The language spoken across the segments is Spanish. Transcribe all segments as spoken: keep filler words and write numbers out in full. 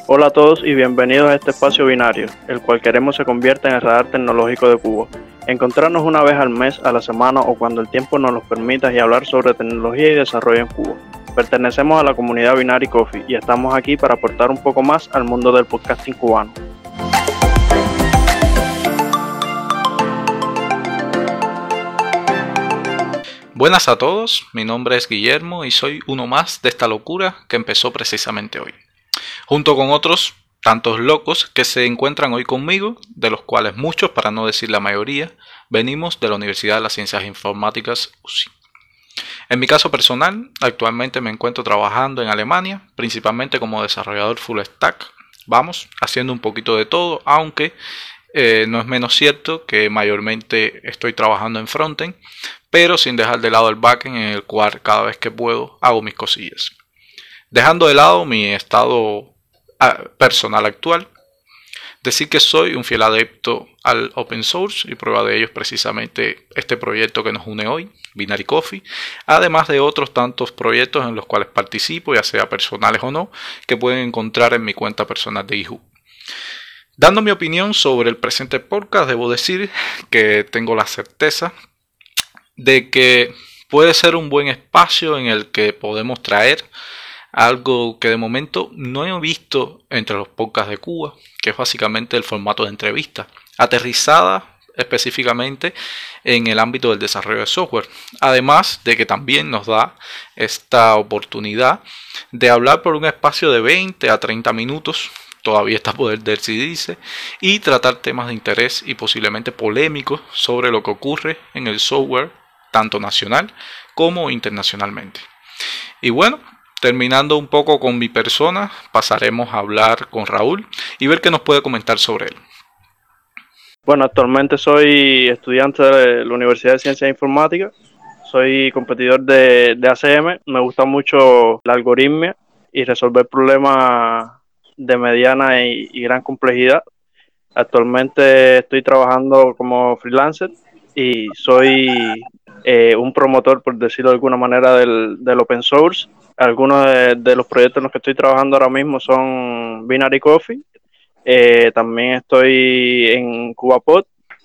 Hola a todos y bienvenidos a este espacio binario, el cual queremos se convierta en el radar tecnológico de Cuba. Encontrarnos una vez al mes, a la semana o cuando el tiempo nos lo permita y hablar sobre tecnología y desarrollo en Cuba. Pertenecemos a la comunidad Binary Coffee y estamos aquí para aportar un poco más al mundo del podcasting cubano. Buenas a todos, mi nombre es Guillermo y soy uno más de esta locura que empezó precisamente hoy, junto con otros tantos locos que se encuentran hoy conmigo, de los cuales muchos, para no decir la mayoría, venimos de la Universidad de las Ciencias Informáticas U C I. En mi caso personal, actualmente me encuentro trabajando en Alemania, principalmente como desarrollador full stack, vamos, haciendo un poquito de todo, aunque eh, no es menos cierto que mayormente estoy trabajando en frontend, pero sin dejar de lado el backend, en el cual cada vez que puedo hago mis cosillas. Dejando de lado mi estado personal actual, decir que soy un fiel adepto al open source y prueba de ello es precisamente este proyecto que nos une hoy, Binary Coffee, además de otros tantos proyectos en los cuales participo, ya sea personales o no, que pueden encontrar en mi cuenta personal de GitHub. Dando mi opinión sobre el presente podcast, debo decir que tengo la certeza de que puede ser un buen espacio en el que podemos traer algo que de momento no he visto entre los podcasts de Cuba, que es básicamente el formato de entrevista, aterrizada específicamente en el ámbito del desarrollo de software. Además de que también nos da esta oportunidad de hablar por un espacio de veinte a treinta minutos, todavía está poder decidirse, y tratar temas de interés y posiblemente polémicos sobre lo que ocurre en el software, tanto nacional como internacionalmente. Y bueno, terminando un poco con mi persona, pasaremos a hablar con Raúl y ver qué nos puede comentar sobre él. Bueno, actualmente soy estudiante de la Universidad de Ciencias Informáticas, soy competidor de, de A C M, me gusta mucho la algoritmia y resolver problemas de mediana y, y gran complejidad. Actualmente estoy trabajando como freelancer y soy eh, un promotor, por decirlo de alguna manera, del, del open source. Algunos de, de los proyectos en los que estoy trabajando ahora mismo son Binary Coffee. Eh, también estoy en CubaPod.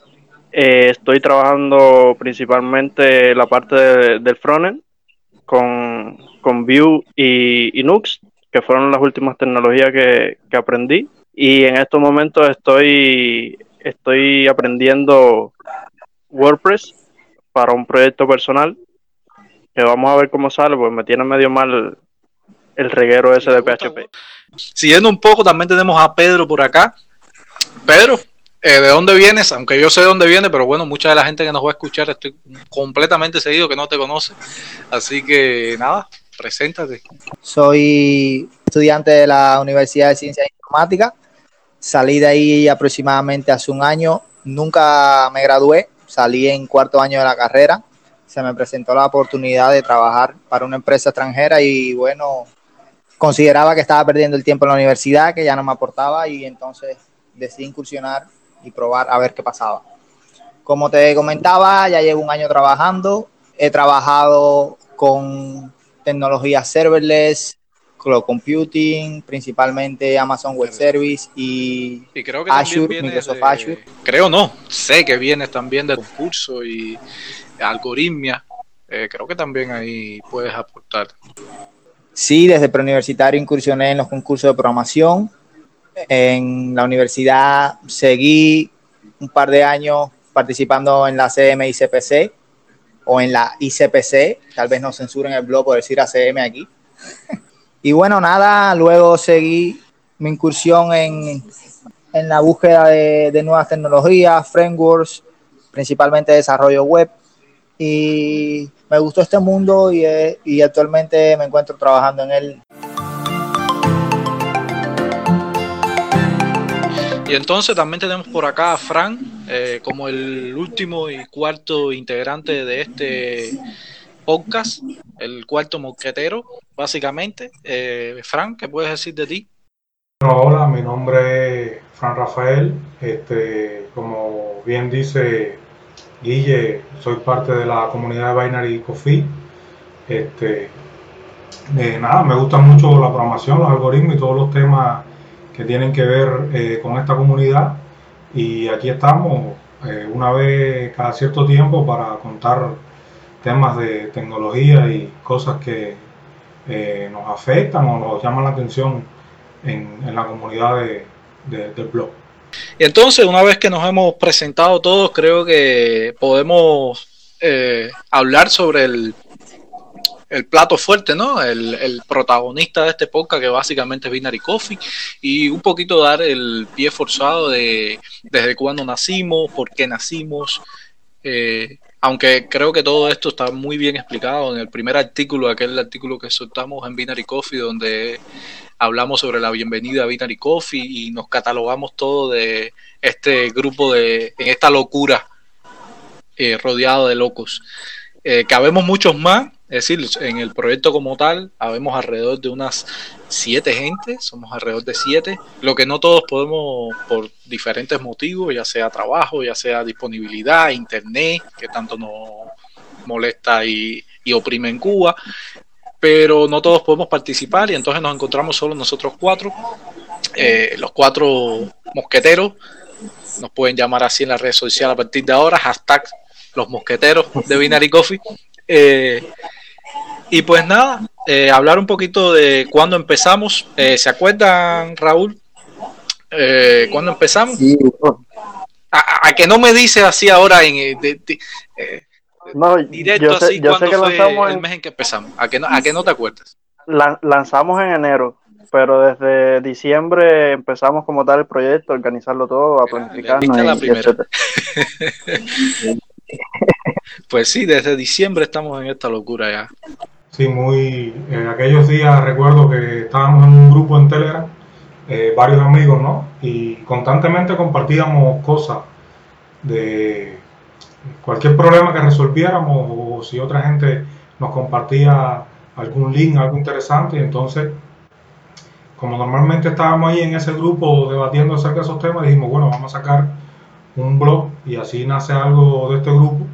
Eh, estoy trabajando principalmente la parte de, del frontend con, con Vue y, y Nux, que fueron las últimas tecnologías que, que aprendí. Y en estos momentos estoy, estoy aprendiendo WordPress para un proyecto personal, que vamos a ver cómo sale, porque me tiene medio mal el reguero ese de P H P. Siguiendo un poco, también tenemos a Pedro por acá. Pedro, eh, ¿de dónde vienes? Aunque yo sé de dónde viene, pero bueno, mucha de la gente que nos va a escuchar estoy completamente seguido que no te conoce. Así que nada, preséntate. Soy estudiante de la Universidad de Ciencias Informáticas. Salí de ahí aproximadamente hace un año. Nunca me gradué. Salí en cuarto año de la carrera. Se me presentó la oportunidad de trabajar para una empresa extranjera y bueno, consideraba que estaba perdiendo el tiempo en la universidad, que ya no me aportaba, y entonces decidí incursionar y probar a ver qué pasaba. Como te comentaba, ya llevo un año trabajando. He trabajado con tecnologías serverless, cloud computing, principalmente Amazon Web Service y, y creo que Azure, Microsoft de, Azure. Creo no, sé que vienes también de concurso y algoritmia. Eh, creo que también ahí puedes aportar. Sí, desde preuniversitario incursioné en los concursos de programación. En la universidad seguí un par de años participando en la C M I C P C o en la I C P C, tal vez nos censuren el blog por decir A C M aquí. Y bueno, nada, luego seguí mi incursión en, en la búsqueda de, de nuevas tecnologías, frameworks, principalmente desarrollo web. Y me gustó este mundo y, y actualmente me encuentro trabajando en él. Y entonces también tenemos por acá a Fran, eh, como el último y cuarto integrante de este podcast, el cuarto mosquetero, básicamente. Eh, Fran, ¿qué puedes decir de ti? Bueno, hola, mi nombre es Fran Rafael. Este, como bien dice Guille, soy parte de la comunidad de Binary Coffee. Este, eh, nada, me gusta mucho la programación, los algoritmos y todos los temas que tienen que ver eh, con esta comunidad y aquí estamos eh, una vez cada cierto tiempo para contar temas de tecnología y cosas que eh, nos afectan o nos llaman la atención en, en la comunidad de, de, del blog. Y entonces, una vez que nos hemos presentado todos, creo que podemos eh, hablar sobre el, el plato fuerte, ¿no? El, el protagonista de este podcast, que básicamente es Binary Coffee, y un poquito dar el pie forzado de desde cuándo nacimos, por qué nacimos, eh, aunque creo que todo esto está muy bien explicado en el primer artículo, aquel artículo que soltamos en Binary Coffee, donde hablamos sobre la bienvenida a Binary Coffee y nos catalogamos todo de este grupo de, en esta locura, eh, rodeado de locos. Eh, cabemos muchos más, es decir, en el proyecto como tal, habemos alrededor de unas siete gentes, somos alrededor de siete, lo que no todos podemos, por diferentes motivos, ya sea trabajo, ya sea disponibilidad, internet, que tanto nos molesta y, y oprime en Cuba, pero no todos podemos participar y entonces nos encontramos solo nosotros cuatro, eh, los cuatro mosqueteros, nos pueden llamar así en las redes sociales a partir de ahora, hashtag los mosqueteros de Binary Coffee. Eh, y pues nada, eh, hablar un poquito de cuándo empezamos. Eh, ¿Se acuerdan, Raúl? Eh, ¿Cuándo empezamos? Sí, A, a que no me dice así ahora en de, de, eh, No, directo yo sé, así yo cuándo sé que fue lanzamos el en, mes en que empezamos. ¿A que no, a que no te acuerdas? lan- lanzamos en enero, pero desde diciembre empezamos como tal el proyecto, a organizarlo todo, a Mira, le planificarnos diste a la y, y primera. etcétera. Pues sí, desde diciembre estamos en esta locura ya. Sí, muy. En aquellos días recuerdo que estábamos en un grupo en Telegram, eh, varios amigos, ¿no? Y constantemente compartíamos cosas de cualquier problema que resolviéramos o si otra gente nos compartía algún link, algo interesante. Y entonces, como normalmente estábamos ahí en ese grupo debatiendo acerca de esos temas, dijimos, bueno, vamos a sacar un blog y así nace algo de este grupo.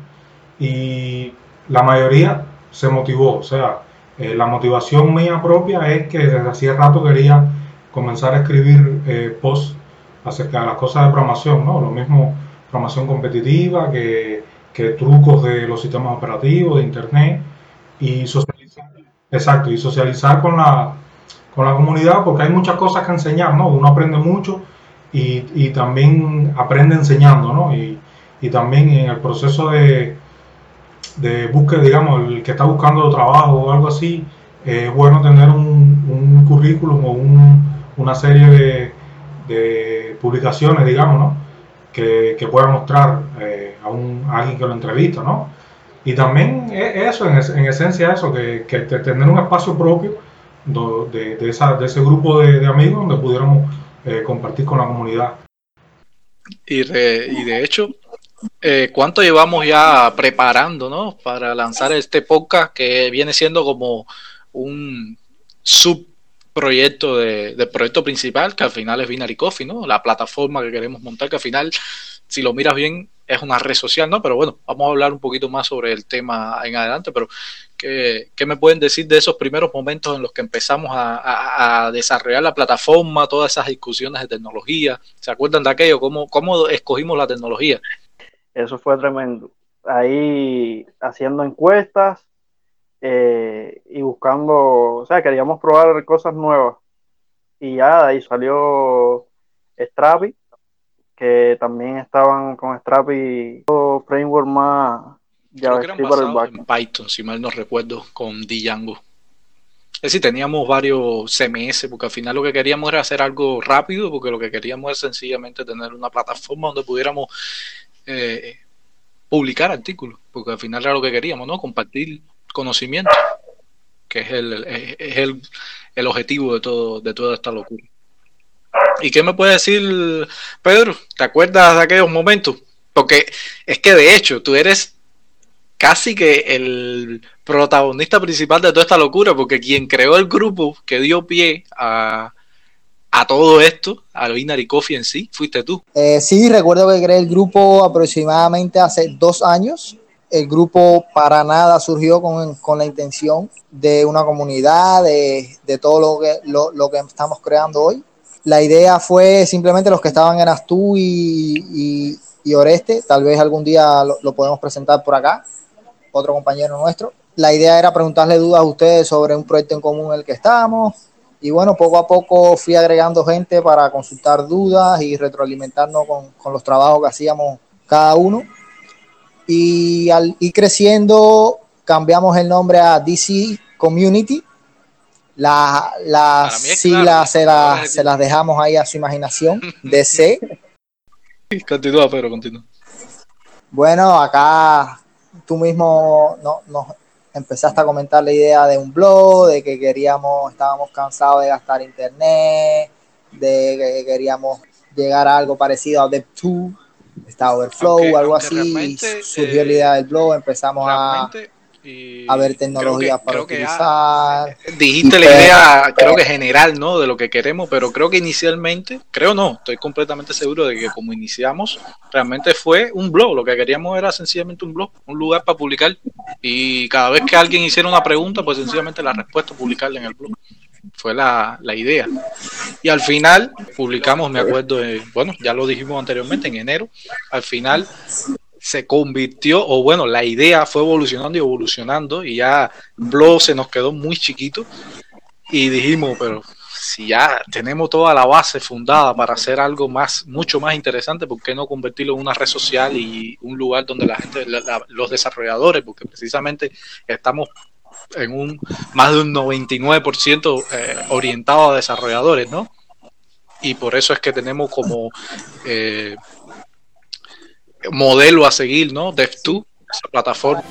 Y la mayoría se motivó, o sea, eh, la motivación mía propia es que desde hacía rato quería comenzar a escribir eh, posts acerca de las cosas de programación, ¿no? Lo mismo programación competitiva, que, que trucos de los sistemas operativos, de internet, y socializar, exacto, y socializar con la, con la comunidad, porque hay muchas cosas que enseñar, ¿no? Uno aprende mucho y, y también aprende enseñando, ¿no? Y, y también en el proceso de de búsqueda, digamos, el que está buscando trabajo o algo así, eh, es bueno tener un, un currículum o un, una serie de, de publicaciones, digamos, ¿no? Que, que pueda mostrar eh, a, un, a alguien que lo entrevista, ¿no? Y también eso, en, en esencia eso, que, que tener un espacio propio de, de, esa, de ese grupo de, de amigos donde pudiéramos eh, compartir con la comunidad. Y, re, y de hecho, eh, ¿cuánto llevamos ya preparando, ¿no? Para lanzar este podcast que viene siendo como un subproyecto de, del proyecto principal, que al final es Binary Coffee, ¿no? La plataforma que queremos montar, que al final, si lo miras bien, es una red social, ¿no? Pero bueno, vamos a hablar un poquito más sobre el tema en adelante, pero ¿qué, qué me pueden decir de esos primeros momentos en los que empezamos a, a, a desarrollar la plataforma, todas esas discusiones de tecnología? ¿Se acuerdan de aquello? ¿Cómo, cómo escogimos la tecnología? Eso fue tremendo. Ahí haciendo encuestas eh, y buscando, o sea, queríamos probar cosas nuevas. Y ya de ahí salió Strapi, que también estaban con Strapi, framework más Creo que eran JavaScript para el basados en backend. Python, si mal no recuerdo, con Django. Es decir, teníamos varios C M S, porque al final lo que queríamos era hacer algo rápido, porque lo que queríamos es sencillamente tener una plataforma donde pudiéramos eh, publicar artículos, porque al final era lo que queríamos, ¿no? Compartir conocimiento, que es el, es el, el objetivo de todo, de toda esta locura. ¿Y qué me puede decir, Pedro? ¿Te acuerdas de aquellos momentos? Porque es que de hecho tú eres casi que el protagonista principal de toda esta locura, porque quien creó el grupo que dio pie a, a todo esto, al Binary Coffee en sí, fuiste tú. Eh, sí, recuerdo que creé el grupo aproximadamente hace dos años. El grupo para nada surgió con, con la intención de una comunidad, de, de todo lo que, lo, lo que estamos creando hoy. la idea fue simplemente los que estaban en Astú y, y, y Oreste, tal vez algún día lo, lo podemos presentar por acá, otro compañero nuestro. La idea era preguntarle dudas a ustedes sobre un proyecto en común en el que estábamos. Y bueno, poco a poco fui agregando gente para consultar dudas y retroalimentarnos con, con los trabajos que hacíamos cada uno. Y al ir creciendo, cambiamos el nombre a D C Community. La, las siglas claro, se, la, se las dejamos ahí a su imaginación. D C. Continúa, Pedro, continúa. Bueno, acá tú mismo no, nos empezaste a comentar la idea de un blog, de que queríamos, estábamos cansados de gastar internet, de que queríamos llegar a algo parecido a Dev dos, Stack Overflow, aunque, algo aunque así, surgió eh, la idea del blog, empezamos a, a ver tecnologías que, para utilizar. Ya, dijiste y la pues, idea, creo que general, ¿no? De lo que queremos, pero creo que inicialmente, creo no, estoy completamente seguro de que como iniciamos, realmente fue un blog. Lo que queríamos era sencillamente un blog, un lugar para publicar. Y cada vez que alguien hiciera una pregunta, pues sencillamente la respuesta publicarla en el blog. Fue la, la idea. Y al final publicamos, me acuerdo, de, bueno, ya lo dijimos anteriormente, en enero, al final se convirtió, o bueno, la idea fue evolucionando y evolucionando y ya blog se nos quedó muy chiquito y dijimos, pero si ya tenemos toda la base fundada para hacer algo más, mucho más interesante, ¿por qué no convertirlo en una red social y un lugar donde la gente, la, la, los desarrolladores, porque precisamente estamos en un más de un noventa y nueve por ciento eh, orientado a desarrolladores, ¿no? Y por eso es que tenemos como eh, modelo a seguir, ¿no? Dev dos, esa plataforma.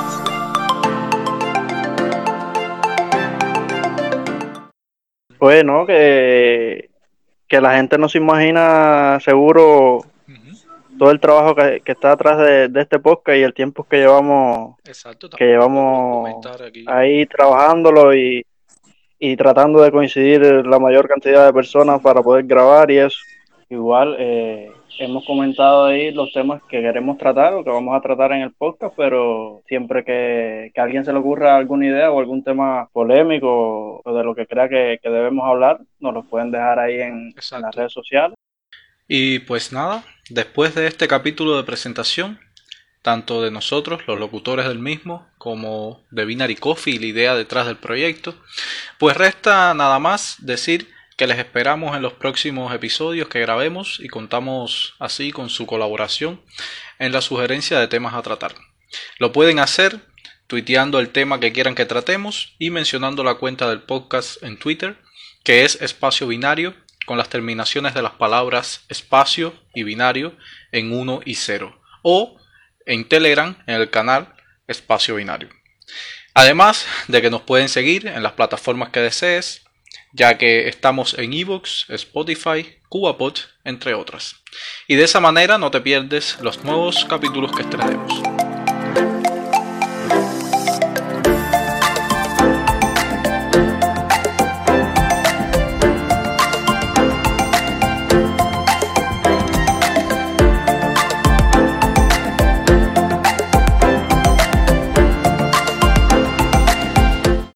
Pues no, que, que la gente no se imagina seguro uh-huh. todo el trabajo que, que está atrás de, de este podcast y el tiempo que llevamos, Exacto, que llevamos ahí trabajándolo y, y tratando de coincidir la mayor cantidad de personas para poder grabar y eso. Igual eh, hemos comentado ahí los temas que queremos tratar o que vamos a tratar en el podcast, pero siempre que, que a alguien se le ocurra alguna idea o algún tema polémico o de lo que crea que, que debemos hablar, nos lo pueden dejar ahí en, en las redes sociales. Y pues nada, después de este capítulo de presentación, tanto de nosotros, los locutores del mismo, como de Binary Coffee y la idea detrás del proyecto, pues resta nada más decir que les esperamos en los próximos episodios que grabemos y contamos así con su colaboración en la sugerencia de temas a tratar. Lo pueden hacer tuiteando el tema que quieran que tratemos y mencionando la cuenta del podcast en Twitter, que es Espacio Binario, con las terminaciones de las palabras espacio y binario en uno y cero, o en Telegram en el canal Espacio Binario. Además de que nos pueden seguir en las plataformas que desees, ya que estamos en iVoox, Spotify, Cubapod, entre otras. Y de esa manera no te pierdes los nuevos capítulos que estrenemos.